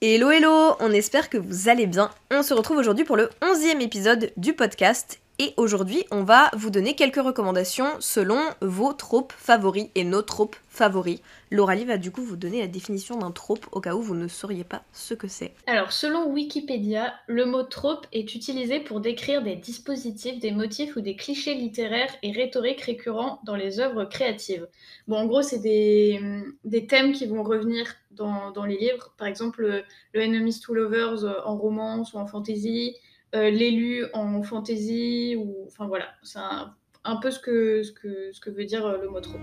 Hello hello, on espère que vous allez bien. On se retrouve aujourd'hui pour le 11e épisode du podcast et aujourd'hui on va vous donner quelques recommandations selon vos tropes favoris et nos tropes favoris. Lauralie va du coup vous donner la définition d'un trope au cas où vous ne sauriez pas ce que c'est. Alors, selon Wikipédia, le mot trope est utilisé pour décrire des dispositifs, des motifs ou des clichés littéraires et rhétoriques récurrents dans les œuvres créatives. Bon, en gros, c'est des thèmes qui vont revenir dans les livres. Par exemple, le Enemies to Lovers en romance ou en fantasy, l'élu en fantasy, ou enfin voilà, c'est un peu ce que veut dire le mot trope.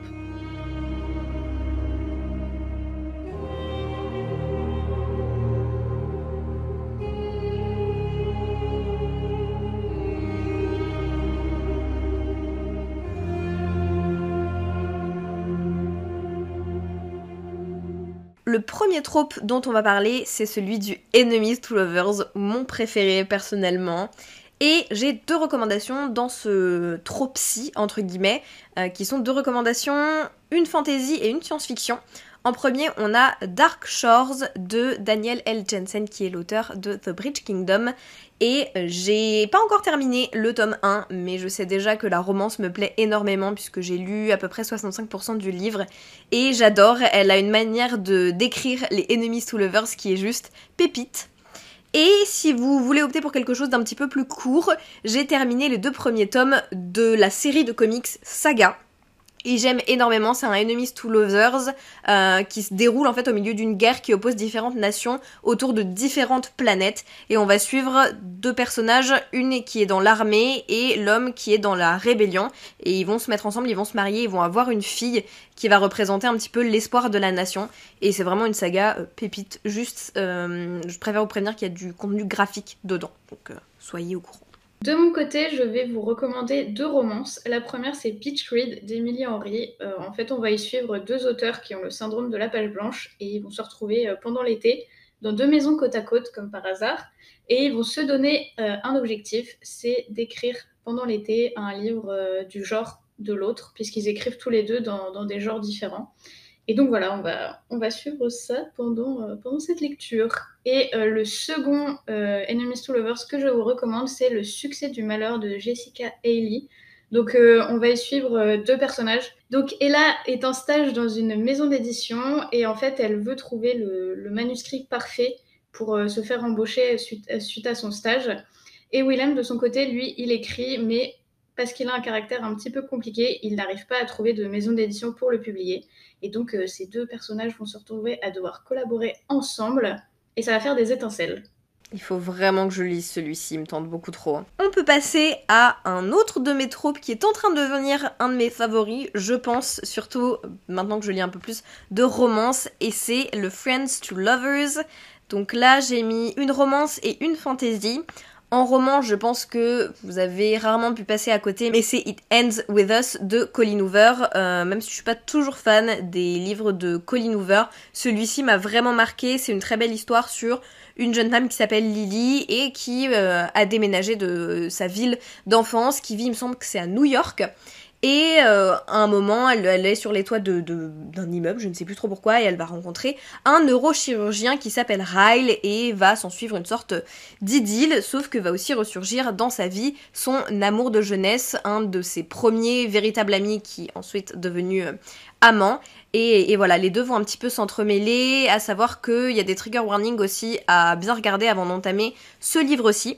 Le premier trope dont on va parler, c'est celui du Enemies to Lovers, mon préféré personnellement. Et j'ai deux recommandations dans ce trope-ci, entre guillemets, qui sont deux recommandations, une fantasy et une science-fiction. En premier, on a Dark Shores de Daniel L. Jensen, qui est l'auteur de The Bridge Kingdom. Et j'ai pas encore terminé le tome 1, mais je sais déjà que la romance me plaît énormément puisque j'ai lu à peu près 65% du livre. Et j'adore, elle a une manière de décrire les Enemies to Lovers qui est juste pépite. Et si vous voulez opter pour quelque chose d'un petit peu plus court, j'ai terminé les deux premiers tomes de la série de comics Saga. Et j'aime énormément, c'est un Enemies to Lovers qui se déroule en fait au milieu d'une guerre qui oppose différentes nations autour de différentes planètes. Et on va suivre deux personnages, une qui est dans l'armée et l'homme qui est dans la rébellion. Et ils vont se mettre ensemble, ils vont se marier, ils vont avoir une fille qui va représenter un petit peu l'espoir de la nation. Et c'est vraiment une saga pépite, juste je préfère vous prévenir qu'il y a du contenu graphique dedans. Donc soyez au courant. De mon côté, je vais vous recommander deux romances. La première, c'est Peach Read d'Emily Henry. En fait, on va y suivre deux auteurs qui ont le syndrome de la page blanche et ils vont se retrouver pendant l'été dans deux maisons côte à côte, comme par hasard. Et ils vont se donner un objectif, c'est d'écrire pendant l'été un livre du genre de l'autre, puisqu'ils écrivent tous les deux dans des genres différents. Et donc voilà, on va suivre ça pendant cette lecture. Et le second Enemies to Lovers que je vous recommande, c'est Le succès du malheur de Jessica Haley. Donc on va y suivre deux personnages. Donc Ella est en stage dans une maison d'édition et en fait elle veut trouver le manuscrit parfait pour se faire embaucher suite à son stage. Et Willem de son côté, lui, il écrit, mais parce qu'il a un caractère un petit peu compliqué, il n'arrive pas à trouver de maison d'édition pour le publier. Et donc, ces deux personnages vont se retrouver à devoir collaborer ensemble, et ça va faire des étincelles. Il faut vraiment que je lise celui-ci, il me tente beaucoup trop. On peut passer à un autre de mes tropes qui est en train de devenir un de mes favoris, je pense, surtout maintenant que je lis un peu plus de romance, et c'est le Friends to Lovers. Donc là, j'ai mis une romance et une fantasy. En roman, je pense que vous avez rarement pu passer à côté, mais c'est It Ends With Us de Colleen Hoover. Même si je suis pas toujours fan des livres de Colleen Hoover, celui-ci m'a vraiment marqué. C'est une très belle histoire sur une jeune femme qui s'appelle Lily et qui a déménagé de sa ville d'enfance, qui vit, il me semble que c'est à New York. Et à un moment, elle est sur les toits d'un immeuble, je ne sais plus trop pourquoi, et elle va rencontrer un neurochirurgien qui s'appelle Ryle et va s'en suivre une sorte d'idylle, sauf que va aussi ressurgir dans sa vie son amour de jeunesse, un de ses premiers véritables amis qui est ensuite devenu amant. Et voilà, les deux vont un petit peu s'entremêler, à savoir qu'il y a des trigger warnings aussi à bien regarder avant d'entamer ce livre-ci.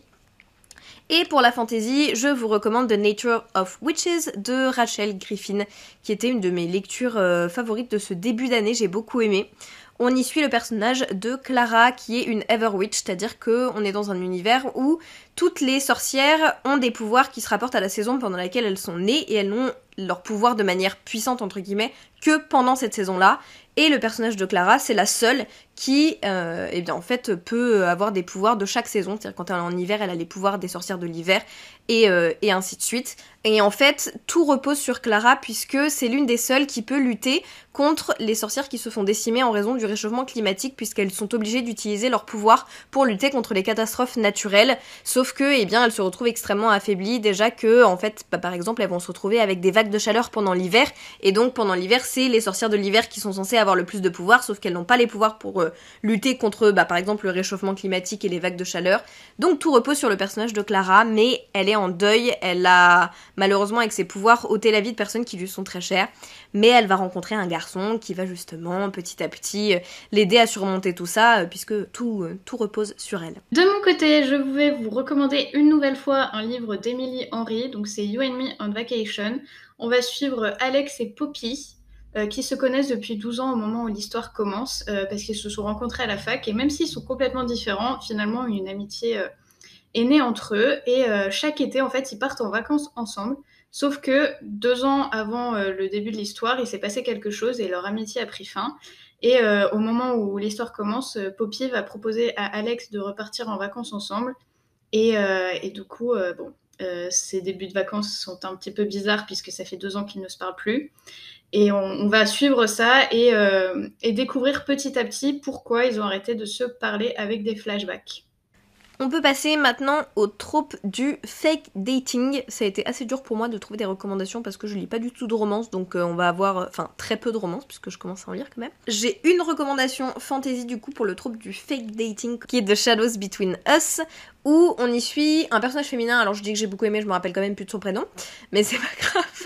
Et pour la fantasy, je vous recommande The Nature of Witches de Rachel Griffin, qui était une de mes lectures favorites de ce début d'année, j'ai beaucoup aimé. On y suit le personnage de Clara, qui est une Everwitch, c'est-à-dire qu'on est dans un univers où toutes les sorcières ont des pouvoirs qui se rapportent à la saison pendant laquelle elles sont nées, et elles n'ont leur pouvoir de manière puissante, entre guillemets, que pendant cette saison-là. Et le personnage de Clara, c'est la seule qui, eh bien, en fait, peut avoir des pouvoirs de chaque saison. C'est-à-dire quand elle est en hiver, elle a les pouvoirs des sorcières de l'hiver, et ainsi de suite. Et en fait, tout repose sur Clara, puisque c'est l'une des seules qui peut lutter contre les sorcières qui se font décimer en raison du réchauffement climatique, puisqu'elles sont obligées d'utiliser leurs pouvoirs pour lutter contre les catastrophes naturelles. Sauf que, eh bien, elles se retrouvent extrêmement affaiblies, déjà que, en fait, par exemple, elles vont se retrouver avec des vagues vagues de chaleur pendant l'hiver, et donc pendant l'hiver, c'est les sorcières de l'hiver qui sont censées avoir le plus de pouvoir, sauf qu'elles n'ont pas les pouvoirs pour lutter contre, par exemple, le réchauffement climatique et les vagues de chaleur. Donc tout repose sur le personnage de Clara, mais elle est en deuil, elle a malheureusement avec ses pouvoirs ôté la vie de personnes qui lui sont très chères, mais elle va rencontrer un garçon qui va justement petit à petit l'aider à surmonter tout ça, puisque tout repose sur elle. De mon côté, je vais vous recommander une nouvelle fois un livre d'Emily Henry, donc c'est You and Me on Vacation. On va suivre Alex et Poppy, qui se connaissent depuis 12 ans au moment où l'histoire commence, parce qu'ils se sont rencontrés à la fac, et même s'ils sont complètement différents, finalement une amitié est née entre eux, et chaque été, en fait, ils partent en vacances ensemble, sauf que 2 ans avant le début de l'histoire, il s'est passé quelque chose, et leur amitié a pris fin. Et au moment où l'histoire commence, Poppy va proposer à Alex de repartir en vacances ensemble. Et du coup, ces débuts de vacances sont un petit peu bizarres puisque ça fait 2 ans qu'ils ne se parlent plus. Et on va suivre ça et découvrir petit à petit pourquoi ils ont arrêté de se parler avec des flashbacks. On peut passer maintenant au trope du fake dating. Ça a été assez dur pour moi de trouver des recommandations parce que je lis pas du tout de romance, donc on va avoir, très peu de romance puisque je commence à en lire quand même. J'ai une recommandation fantasy du coup pour le trope du fake dating qui est The Shadows Between Us, où on y suit un personnage féminin. Alors je dis que j'ai beaucoup aimé, je me rappelle quand même plus de son prénom, mais c'est pas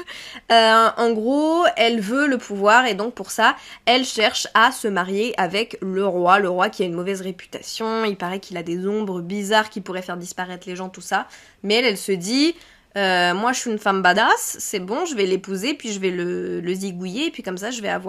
grave. En gros, elle veut le pouvoir et donc pour ça, elle cherche à se marier avec le roi qui a une mauvaise réputation, il paraît qu'il a des ombres bizarres qui pourraient faire disparaître les gens, tout ça. Mais elle se dit, moi je suis une femme badass, c'est bon, je vais l'épouser, puis je vais le zigouiller, et puis comme ça je vais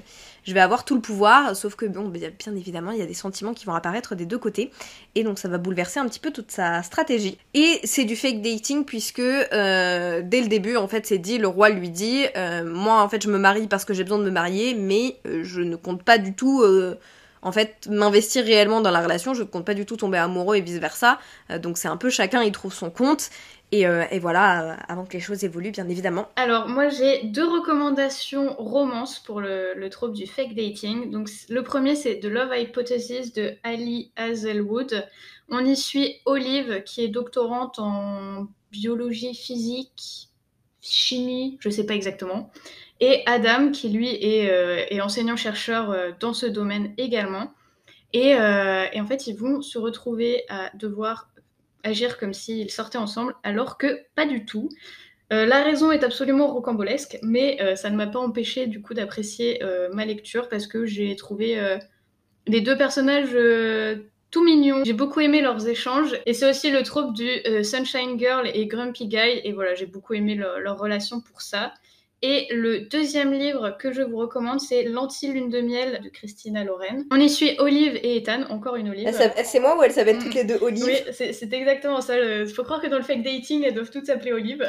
avoir tout le pouvoir, sauf que bon, bien évidemment, il y a des sentiments qui vont apparaître des deux côtés, et donc ça va bouleverser un petit peu toute sa stratégie. Et c'est du fake dating puisque dès le début, en fait, c'est dit, le roi lui dit, moi en fait je me marie parce que j'ai besoin de me marier, mais je ne compte pas du tout... en fait, m'investir réellement dans la relation, je ne compte pas du tout tomber amoureux et vice versa, donc c'est un peu chacun y trouve son compte, et voilà, avant que les choses évoluent bien évidemment. Alors moi j'ai 2 recommandations romances pour le trope du fake dating. Donc le premier c'est The Love Hypothesis de Ali Hazelwood. On y suit Olive qui est doctorante en biologie physique, chimie, je sais pas exactement, et Adam qui lui est enseignant-chercheur dans ce domaine également. Et en fait ils vont se retrouver à devoir agir comme s'ils sortaient ensemble alors que pas du tout. La raison est absolument rocambolesque, mais ça ne m'a pas empêché du coup d'apprécier ma lecture parce que j'ai trouvé les 2 personnages tout mignons. J'ai beaucoup aimé leurs échanges et c'est aussi le trope du Sunshine Girl et Grumpy Guy et voilà, j'ai beaucoup aimé leur relation pour ça. Et le deuxième livre que je vous recommande, c'est L'Anti-Lune de Miel de Christina Loren. On y suit Olive et Ethan, encore une Olive. C'est moi ou elles s'appellent toutes les deux Olive? Oui, c'est exactement ça. Il faut croire que dans le fake dating, elles doivent toutes s'appeler Olive.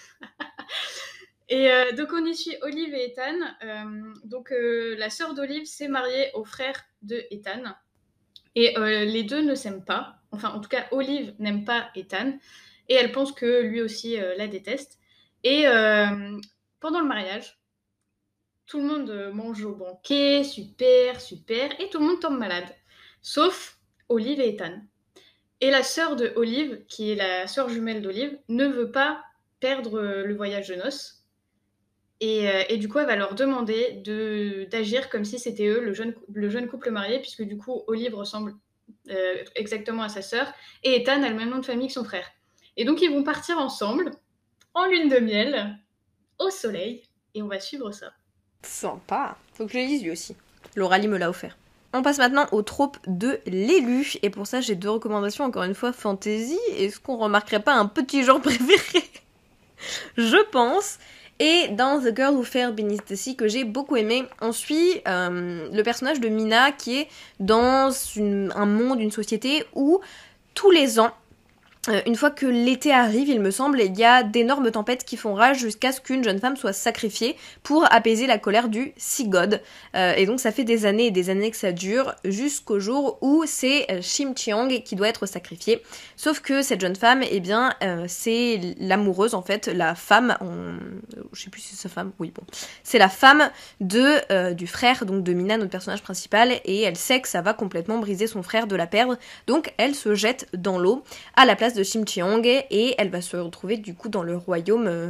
Et donc on y suit Olive et Ethan. La sœur d'Olive s'est mariée au frère de Ethan. Et les deux ne s'aiment pas. Enfin, en tout cas, Olive n'aime pas Ethan. Et elle pense que lui aussi la déteste. Et pendant le mariage, tout le monde mange au banquet, super, super. Et tout le monde tombe malade. Sauf Olive et Ethan. Et la sœur de Olive, qui est la sœur jumelle d'Olive, ne veut pas perdre le voyage de noces. Et du coup, elle va leur demander d'agir comme si c'était eux, le jeune couple marié, puisque du coup, Olive ressemble exactement à sa sœur, et Ethan a le même nom de famille que son frère. Et donc, ils vont partir ensemble, en lune de miel, au soleil, et on va suivre ça. Sympa. Faut que je le lise lui aussi. L'Oralie me l'a offert. On passe maintenant au trope de l'élu, et pour ça, j'ai 2 recommandations, encore une fois, fantasy. Est-ce qu'on remarquerait pas un petit genre préféré? Je pense. Et dans The Girl Who Fell Beneath the Sea, que j'ai beaucoup aimé, on suit le personnage de Mina qui est dans un monde, une société où tous les ans, une fois que l'été arrive, il me semble, il y a d'énormes tempêtes qui font rage jusqu'à ce qu'une jeune femme soit sacrifiée pour apaiser la colère du Sea God. Et donc ça fait des années et des années que ça dure, jusqu'au jour où c'est Shim Chiang qui doit être sacrifiée. Sauf que cette jeune femme, eh bien, c'est l'amoureuse, en fait, la femme, je sais plus si c'est sa femme, oui, bon. C'est la femme du frère, donc de Mina, notre personnage principal, et elle sait que ça va complètement briser son frère de la perdre, donc elle se jette dans l'eau, à la place de Shim Chiang, et elle va se retrouver du coup dans le royaume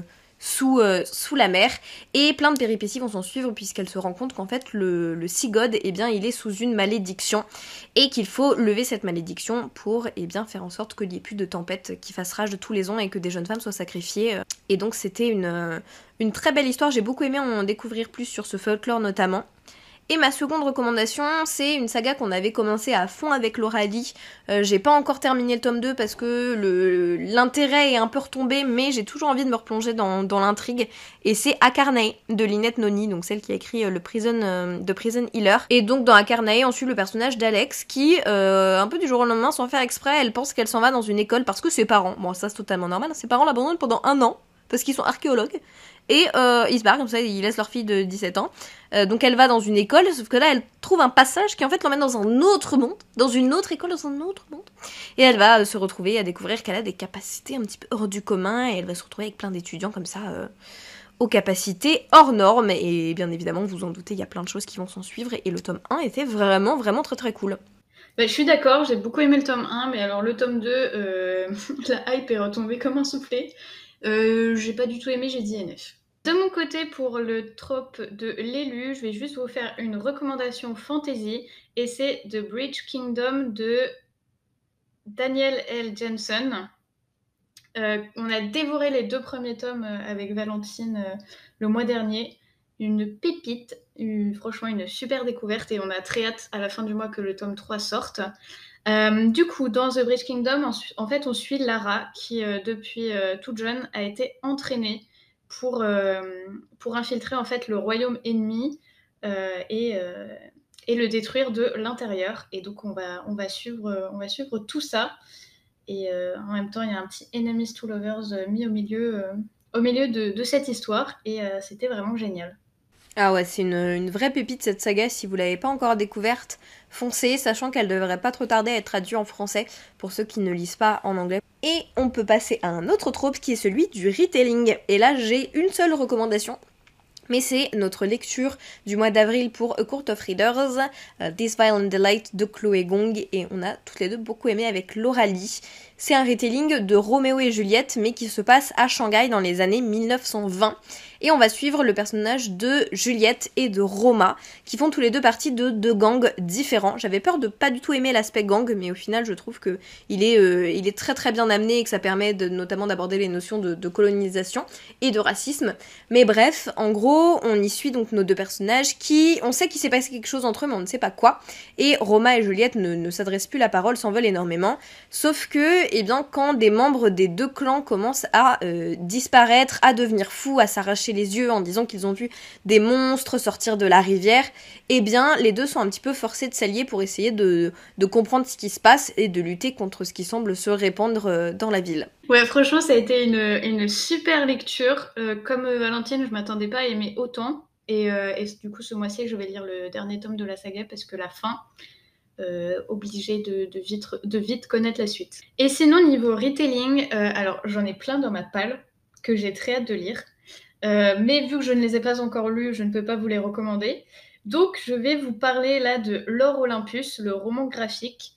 sous la mer, et plein de péripéties vont s'en suivre puisqu'elle se rend compte qu'en fait le Sea God, eh bien il est sous une malédiction et qu'il faut lever cette malédiction pour eh bien faire en sorte qu'il n'y ait plus de tempête qui fasse rage de tous les ans et que des jeunes femmes soient sacrifiées. Et donc c'était une très belle histoire, j'ai beaucoup aimé en découvrir plus sur ce folklore notamment. Et ma seconde recommandation, c'est une saga qu'on avait commencé à fond avec Lauralie. J'ai pas encore terminé le tome 2 parce que l'intérêt est un peu retombé, mais j'ai toujours envie de me replonger dans l'intrigue. Et c'est Akarnae de Lynette Noni, donc celle qui a écrit The Prison Healer. Et donc dans Akarnae, on suit le personnage d'Alex qui, un peu du jour au lendemain, sans faire exprès, elle pense qu'elle s'en va dans une école parce que ses parents, bon ça c'est totalement normal, ses parents l'abandonnent pendant 1 an parce qu'ils sont archéologues. Et ils se barrent comme ça, ils laissent leur fille de 17 ans. Donc elle va dans une école, sauf que là elle trouve un passage qui en fait l'emmène dans un autre monde, dans une autre école, dans un autre monde. Et elle va se retrouver à découvrir qu'elle a des capacités un petit peu hors du commun, et elle va se retrouver avec plein d'étudiants comme ça, aux capacités hors normes. Et bien évidemment, vous en doutez, il y a plein de choses qui vont s'en suivre, et le tome 1 était vraiment, vraiment très très cool. Bah, je suis d'accord, j'ai beaucoup aimé le tome 1, mais alors le tome 2, la hype est retombée comme un soufflé. J'ai pas du tout aimé, j'ai dit NF. De mon côté, pour le trope de l'élu, je vais juste vous faire une recommandation fantasy, et c'est The Bridge Kingdom de Daniel L. Jensen. On a dévoré les 2 premiers tomes avec Valentine le mois dernier. Une pépite, franchement une super découverte, et on a très hâte à la fin du mois que le tome 3 sorte. Du coup, dans The Bridge Kingdom, en fait, on suit Lara qui, depuis toute jeune, a été entraînée pour infiltrer en fait le royaume ennemi et le détruire de l'intérieur. Et donc, on va suivre tout ça. Et en même temps, il y a un petit Enemies to Lovers mis au milieu de cette histoire. Et c'était vraiment génial. Ah ouais, c'est une vraie pépite cette saga, si vous l'avez pas encore découverte, foncez, sachant qu'elle devrait pas trop tarder à être traduite en français pour ceux qui ne lisent pas en anglais. Et on peut passer à un autre trope qui est celui du retelling. Et là, j'ai une seule recommandation, mais c'est notre lecture du mois d'avril pour A Court of Readers, This Violent Delight de Chloé Gong, et on a toutes les deux beaucoup aimé avec Lauralie. C'est un retelling de Roméo et Juliette, mais qui se passe à Shanghai dans les années 1920. Et on va suivre le personnage de Juliette et de Roma, qui font tous les deux partie de 2 gangs différents. J'avais peur de pas du tout aimer l'aspect gang, mais au final je trouve que il est très très bien amené et que ça permet notamment d'aborder les notions de colonisation et de racisme. Mais bref, en gros, on y suit donc nos 2 personnages on sait qu'il s'est passé quelque chose entre eux, mais on ne sait pas quoi. Et Roma et Juliette ne s'adressent plus la parole, s'en veulent énormément. Sauf que, eh bien, quand des membres des 2 clans commencent à disparaître, à devenir fous, à s'arracher les yeux en disant qu'ils ont vu des monstres sortir de la rivière, eh bien les 2 sont un petit peu forcés de s'allier pour essayer de comprendre ce qui se passe et de lutter contre ce qui semble se répandre dans la ville. Ouais, franchement, ça a été une super lecture. Comme Valentine, je m'attendais pas à aimer autant. Et du coup, ce mois-ci, je vais lire le dernier tome de la saga parce que la fin, obligée de vite connaître la suite. Et sinon, niveau retelling, alors j'en ai plein dans ma palle que j'ai très hâte de lire. Mais vu que je ne les ai pas encore lus, je ne peux pas vous les recommander. Donc, je vais vous parler là de L'Or Olympus, le roman graphique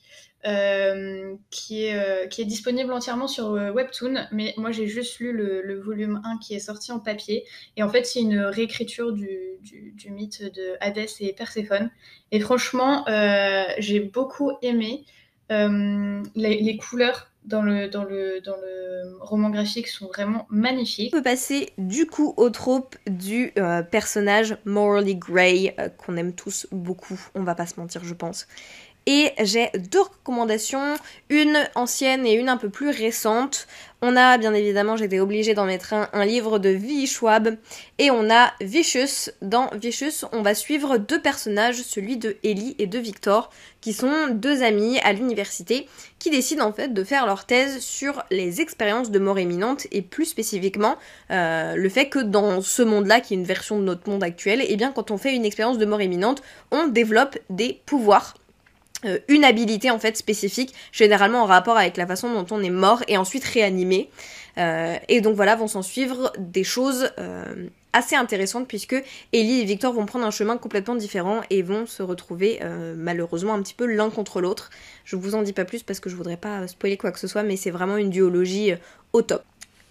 qui est disponible entièrement sur Webtoon. Mais moi, j'ai juste lu le volume 1 qui est sorti en papier. Et en fait, c'est une réécriture du mythe de Hadès et Perséphone. Et franchement, j'ai beaucoup aimé les couleurs dans le roman graphique sont vraiment magnifiques. On peut passer du coup au trope du personnage Morally Grey qu'on aime tous beaucoup, on va pas se mentir je pense. Et j'ai 2 recommandations, une ancienne et une un peu plus récente. On a bien évidemment, j'étais obligée d'en mettre un livre de V.E. Schwab, et on a Vicious. Dans Vicious, on va suivre 2 personnages, celui de Ellie et de Victor, qui sont 2 amis à l'université, qui décident en fait de faire leur thèse sur les expériences de mort imminente, et plus spécifiquement le fait que dans ce monde-là, qui est une version de notre monde actuel, et bien quand on fait une expérience de mort imminente, on développe des pouvoirs. Une habilité en fait spécifique, généralement en rapport avec la façon dont on est mort et ensuite réanimé. Et donc voilà, vont s'en suivre des choses assez intéressantes puisque Ellie et Victor vont prendre un chemin complètement différent et vont se retrouver malheureusement un petit peu l'un contre l'autre. Je vous en dis pas plus parce que je voudrais pas spoiler quoi que ce soit, mais c'est vraiment une duologie au top.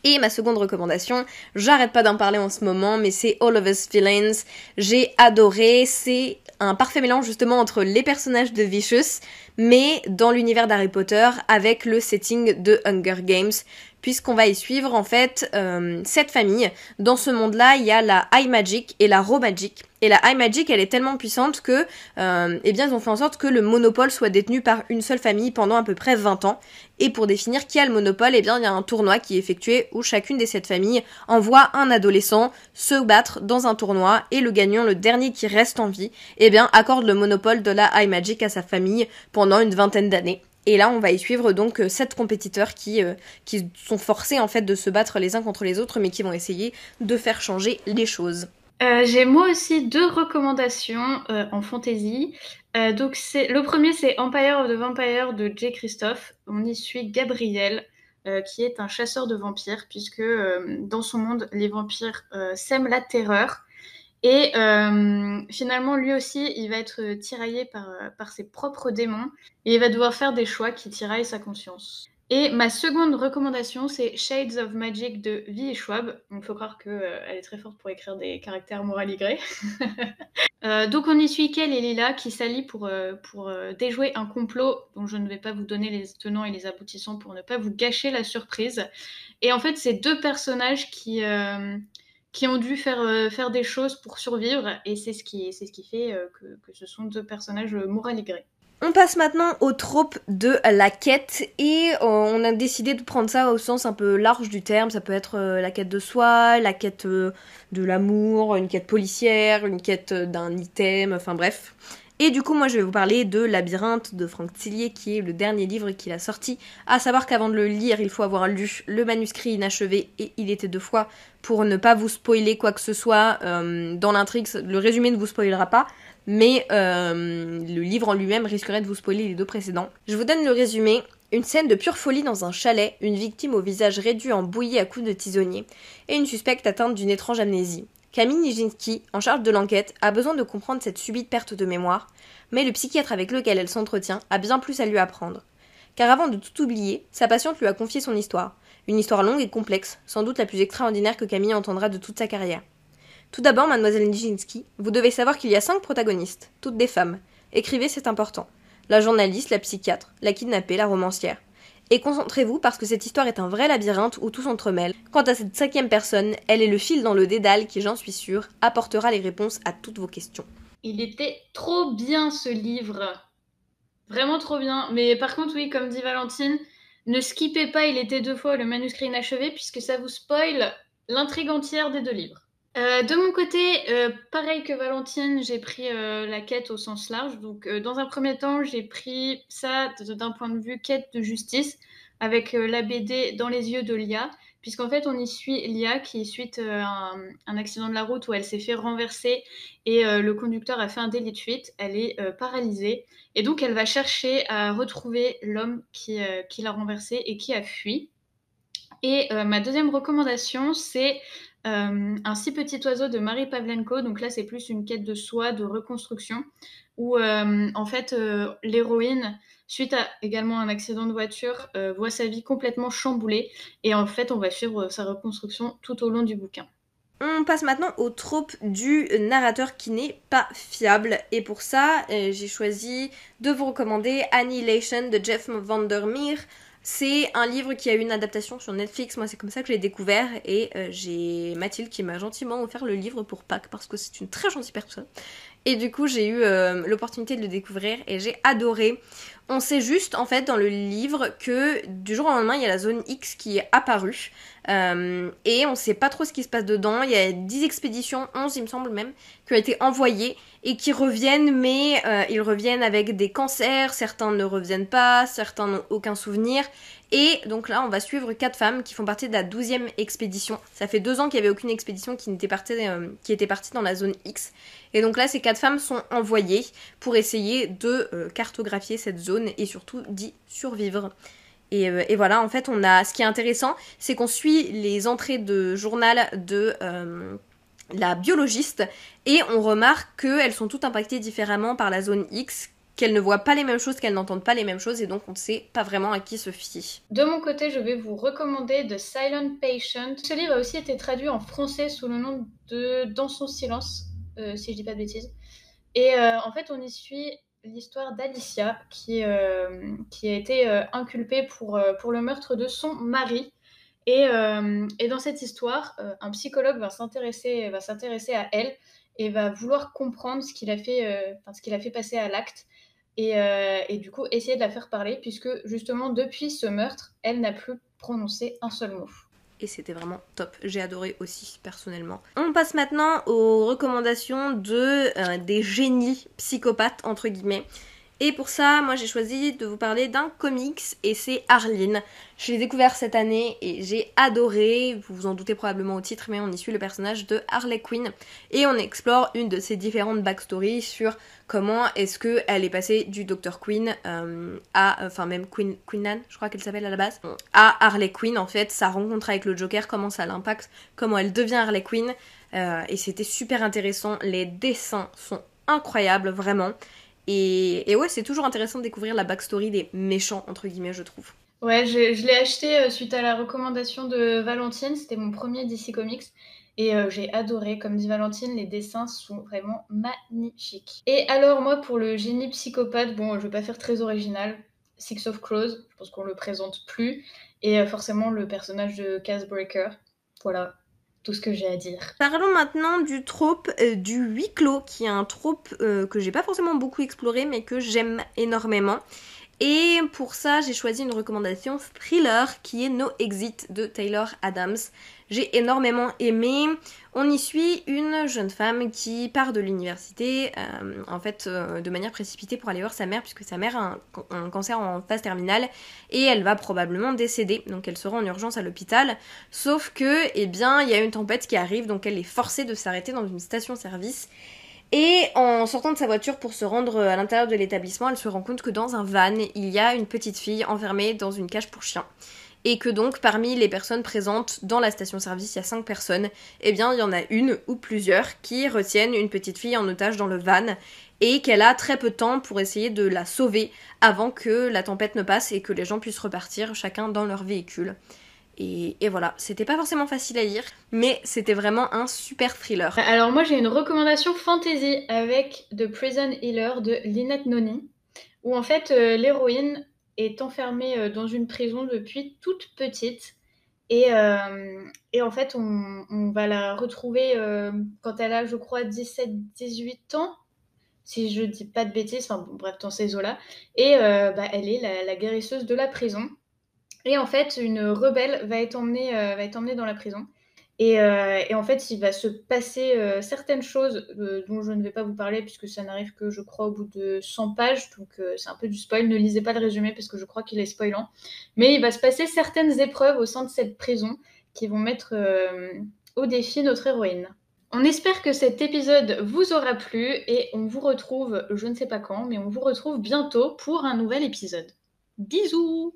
Et ma seconde recommandation, j'arrête pas d'en parler en ce moment, mais c'est All of Us Villains. J'ai adoré, c'est un parfait mélange justement entre les personnages de Vicious, mais dans l'univers d'Harry Potter avec le setting de Hunger Games, puisqu'on va y suivre en fait cette famille. Dans ce monde-là, il y a la High Magic et la Raw Magic. Et la High Magic, elle est tellement puissante que, eh bien, ils ont fait en sorte que le monopole soit détenu par une seule famille pendant à peu près 20 ans. Et pour définir qui a le monopole, eh bien, il y a un tournoi qui est effectué où chacune des 7 familles envoie un adolescent se battre dans un tournoi et le gagnant, le dernier qui reste en vie, eh bien, accorde le monopole de la High Magic à sa famille pendant une vingtaine d'années. Et là, on va y suivre donc 7 compétiteurs qui sont forcés en fait de se battre les uns contre les autres, mais qui vont essayer de faire changer les choses. J'ai moi aussi 2 recommandations en fantasy. Donc le premier, c'est Empire of the Vampire de J. Christophe. On y suit Gabriel, qui est un chasseur de vampires, puisque dans son monde, les vampires sèment la terreur. Et finalement, lui aussi, il va être tiraillé par ses propres démons et il va devoir faire des choix qui tiraillent sa conscience. Et ma seconde recommandation, c'est Shades of Magic de V. Schwab. Il faut croire qu'elle est très forte pour écrire des caractères moraligrés. Donc on y suit Kel et Lila qui s'allient pour déjouer un complot dont je ne vais pas vous donner les tenants et les aboutissants pour ne pas vous gâcher la surprise. Et en fait, c'est 2 personnages qui ont dû faire des choses pour survivre, et c'est ce qui fait que ce sont 2 personnages moraligrés. On passe maintenant au trope de la quête, et on a décidé de prendre ça au sens un peu large du terme. Ça peut être la quête de soi, la quête de l'amour, une quête policière, une quête d'un item, enfin bref. Et du coup, moi, je vais vous parler de Labyrinthe de Franck Tillier, qui est le dernier livre qu'il a sorti. À savoir qu'avant de le lire, il faut avoir lu le manuscrit inachevé, et il était 2 fois, pour ne pas vous spoiler quoi que ce soit. Dans l'intrigue, le résumé ne vous spoilera pas, mais le livre en lui-même risquerait de vous spoiler les 2 précédents. Je vous donne le résumé. Une scène de pure folie dans un chalet, une victime au visage réduit en bouillie à coups de tisonnier, et une suspecte atteinte d'une étrange amnésie. Camille Nijinsky, en charge de l'enquête, a besoin de comprendre cette subite perte de mémoire, mais le psychiatre avec lequel elle s'entretient a bien plus à lui apprendre. Car avant de tout oublier, sa patiente lui a confié son histoire. Une histoire longue et complexe, sans doute la plus extraordinaire que Camille entendra de toute sa carrière. Tout d'abord, mademoiselle Nijinsky, vous devez savoir qu'il y a 5 protagonistes, toutes des femmes. Écrivez, c'est important. La journaliste, la psychiatre, la kidnappée, la romancière. Et concentrez-vous parce que cette histoire est un vrai labyrinthe où tout s'entremêle. Quant à cette 5e personne, elle est le fil dans le dédale qui, j'en suis sûre, apportera les réponses à toutes vos questions. Il était trop bien ce livre. Vraiment trop bien. Mais par contre, oui, comme dit Valentine, ne skippez pas, il était 2 fois le manuscrit inachevé, puisque ça vous spoil l'intrigue entière des 2 livres. De mon côté, pareil que Valentine, j'ai pris la quête au sens large. Donc, dans un premier temps, j'ai pris ça d'un point de vue quête de justice, avec la BD Dans les yeux de Lia, puisqu'en fait, on y suit Lia qui, suite à un accident de la route où elle s'est fait renverser et le conducteur a fait un délit de fuite, elle est paralysée. Et donc, elle va chercher à retrouver l'homme qui l'a renversée et qui a fui. Et ma deuxième recommandation, c'est Un si petit oiseau de Marie Pavlenko. Donc là, c'est plus une quête de soi, de reconstruction, où en fait, l'héroïne, suite à également un accident de voiture, voit sa vie complètement chamboulée. Et en fait, on va suivre sa reconstruction tout au long du bouquin. On passe maintenant au trope du narrateur qui n'est pas fiable. Et pour ça, j'ai choisi de vous recommander Annihilation de Jeff Vandermeer. C'est un livre qui a eu une adaptation sur Netflix. Moi, c'est comme ça que je l'ai découvert. Et j'ai Mathilde qui m'a gentiment offert le livre pour Pâques parce que c'est une très gentille personne. Et du coup, j'ai eu l'opportunité de le découvrir et j'ai adoré. On sait juste, en fait, dans le livre, que du jour au lendemain, il y a la zone X qui est apparue. Et on sait pas trop ce qui se passe dedans. Il y a 10 expéditions, 11 il me semble même, qui ont été envoyées et qui reviennent, mais ils reviennent avec des cancers, certains ne reviennent pas, certains n'ont aucun souvenir. Et donc là, on va suivre 4 femmes qui font partie de la 12e expédition. Ça fait 2 ans qu'il n'y avait aucune expédition qui était partie dans la zone X. Et donc là, ces 4 femmes sont envoyées pour essayer de cartographier cette zone et surtout d'y survivre. Et voilà, en fait, ce qui est intéressant, c'est qu'on suit les entrées de journal de la biologiste et on remarque qu'elles sont toutes impactées différemment par la zone X, qu'elles ne voient pas les mêmes choses, qu'elles n'entendent pas les mêmes choses, et donc on ne sait pas vraiment à qui se fier. De mon côté, je vais vous recommander The Silent Patient. Ce livre a aussi été traduit en français sous le nom de Dans son silence, si je dis pas de bêtises. Et en fait, on y suit l'histoire d'Alicia qui a été inculpée pour le meurtre de son mari. Et dans cette histoire, un psychologue va s'intéresser à elle et va vouloir comprendre ce qu'il a fait passer à l'acte. Et du coup, essayer de la faire parler, puisque justement, depuis ce meurtre, elle n'a plus prononcé un seul mot. Et c'était vraiment top, j'ai adoré aussi personnellement. On passe maintenant aux recommandations des génies psychopathes entre guillemets. Et pour ça, moi j'ai choisi de vous parler d'un comics et c'est Arline. Je l'ai découvert cette année et j'ai adoré, vous vous en doutez probablement au titre, mais on y suit le personnage de Harley Quinn et on explore une de ses différentes backstories sur comment est-ce qu'elle est passée du Dr. Quinn même Quinnan, je crois qu'elle s'appelle à la base, à Harley Quinn en fait, sa rencontre avec le Joker, comment ça l'impacte, comment elle devient Harley Quinn, et c'était super intéressant, les dessins sont incroyables vraiment. Et ouais, c'est toujours intéressant de découvrir la backstory des méchants, entre guillemets, je trouve. Ouais, je l'ai acheté suite à la recommandation de Valentine, c'était mon premier DC Comics. Et j'ai adoré, comme dit Valentine, les dessins sont vraiment magnifiques. Et alors moi, pour le génie psychopathe, bon, je vais pas faire très original, Six of Crows, je pense qu'on le présente plus, et forcément le personnage de Casebreaker. Voilà, tout ce que j'ai à dire. Parlons maintenant du trope du huis clos, qui est un trope que j'ai pas forcément beaucoup exploré, mais que j'aime énormément. Et pour ça, j'ai choisi une recommandation thriller qui est No Exit de Taylor Adams. J'ai énormément aimé. On y suit une jeune femme qui part de l'université, de manière précipitée pour aller voir sa mère, puisque sa mère a un cancer en phase terminale et elle va probablement décéder. Donc elle se rend en urgence à l'hôpital. Sauf que, il y a une tempête qui arrive, donc elle est forcée de s'arrêter dans une station-service. Et en sortant de sa voiture pour se rendre à l'intérieur de l'établissement, elle se rend compte que dans un van, il y a une petite fille enfermée dans une cage pour chiens. Et que donc, parmi les personnes présentes dans la station-service, il y a 5 personnes, il y en a une ou plusieurs qui retiennent une petite fille en otage dans le van et qu'elle a très peu de temps pour essayer de la sauver avant que la tempête ne passe et que les gens puissent repartir chacun dans leur véhicule. Et voilà, c'était pas forcément facile à lire, mais c'était vraiment un super thriller. Alors moi j'ai une recommandation fantasy avec The Prison Healer de Lynette Noni, où en fait l'héroïne est enfermée dans une prison depuis toute petite, et en fait on va la retrouver quand elle a je crois 17-18 ans, si je dis pas de bêtises, enfin bon, bref dans ces eaux-là, et elle est la guérisseuse de la prison. Et en fait, une rebelle va être emmenée dans la prison. Et en fait, il va se passer certaines choses dont je ne vais pas vous parler puisque ça n'arrive que, je crois, au bout de 100 pages. Donc, c'est un peu du spoil. Ne lisez pas le résumé parce que je crois qu'il est spoilant. Mais il va se passer certaines épreuves au sein de cette prison qui vont mettre au défi notre héroïne. On espère que cet épisode vous aura plu et on vous retrouve, je ne sais pas quand, mais on vous retrouve bientôt pour un nouvel épisode. Bisous!